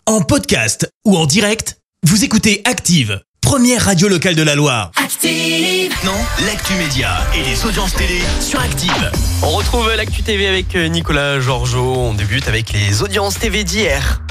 En podcast ou en direct, vous écoutez Active, première radio locale de la Loire. Active. Non, l'actu média et les audiences télé sur Active. On retrouve l'actu TV avec Nicolas Georgeot. On débute avec les audiences TV d'hier.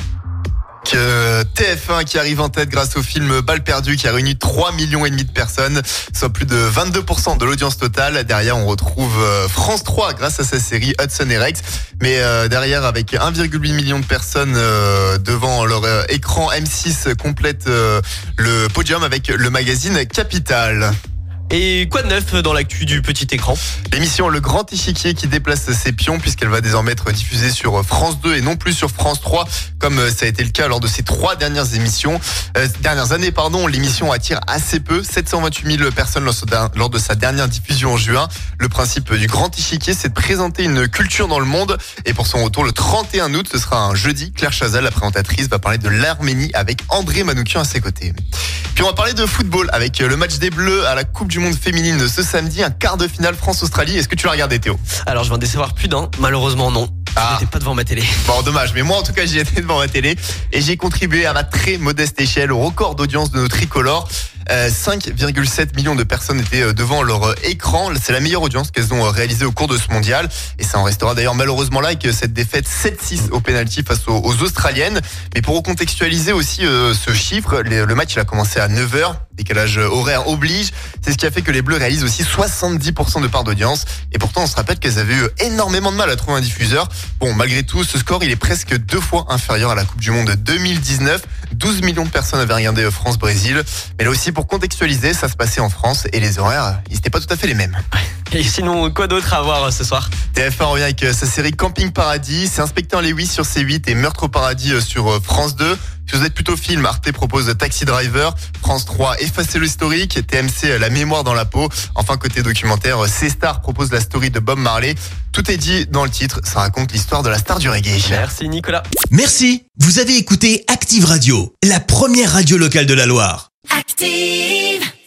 TF1 qui arrive en tête grâce au film Balle perdue qui a réuni 3,5 millions de personnes, soit plus de 22% de l'audience totale. Derrière, on retrouve France 3 grâce à sa série Hudson et Rex. Mais derrière, avec 1,8 million de personnes devant leur écran, M6 complète le podium avec le magazine Capital. Et quoi de neuf dans l'actu du petit écran ? L'émission Le Grand Échiquier qui déplace ses pions puisqu'elle va désormais être diffusée sur France 2 et non plus sur France 3 comme ça a été le cas lors de ces 3 dernières années. L'émission attire assez peu, 728 000 personnes lors de sa dernière diffusion en juin. Le principe du Grand Échiquier, c'est de présenter une culture dans le monde et pour son retour le 31 août, ce sera un jeudi. Claire Chazal, la présentatrice, va parler de l'Arménie avec André Manoukian à ses côtés. Puis on va parler de football avec le match des Bleus à la Coupe du Monde féminine ce samedi, un quart de finale France-Australie. Est-ce que tu l'as regardé, Théo ? Alors je vais en décevoir plus d'un, malheureusement non. Je n'étais pas devant ma télé. Bon, dommage, mais moi en tout cas j'y étais devant ma télé et j'ai contribué à ma très modeste échelle au record d'audience de nos tricolores. 5,7 millions de personnes étaient devant leur écran. C'est la meilleure audience qu'elles ont réalisée au cours de ce mondial. Et ça en restera d'ailleurs malheureusement là avec cette défaite 7-6 au pénalty face aux Australiennes. Mais pour recontextualiser aussi ce chiffre, le match il a commencé à 9h. Décalage horaire oblige. C'est ce qui a fait que les Bleus réalisent aussi 70% de part d'audience. Et pourtant, on se rappelle qu'elles avaient eu énormément de mal à trouver un diffuseur. Bon, malgré tout, ce score, il est presque 2 fois inférieur à la Coupe du Monde 2019. 12 millions de personnes avaient regardé France-Brésil. Mais là aussi, pour contextualiser, ça se passait en France et les horaires, ils n'étaient pas tout à fait les mêmes. Et sinon, quoi d'autre à voir ce soir ? TF1 revient avec sa série Camping Paradis. C'est Inspecteur Lewis sur C8 et Meurtre au Paradis sur France 2. Si vous êtes plutôt film, Arte propose Taxi Driver, France 3 Effacer l'historique, TMC La mémoire dans la peau. Enfin, côté documentaire, C-Star propose la story de Bob Marley. Tout est dit dans le titre, ça raconte l'histoire de la star du reggae. Merci Nicolas. Merci, vous avez écouté Active Radio, la première radio locale de la Loire. Active.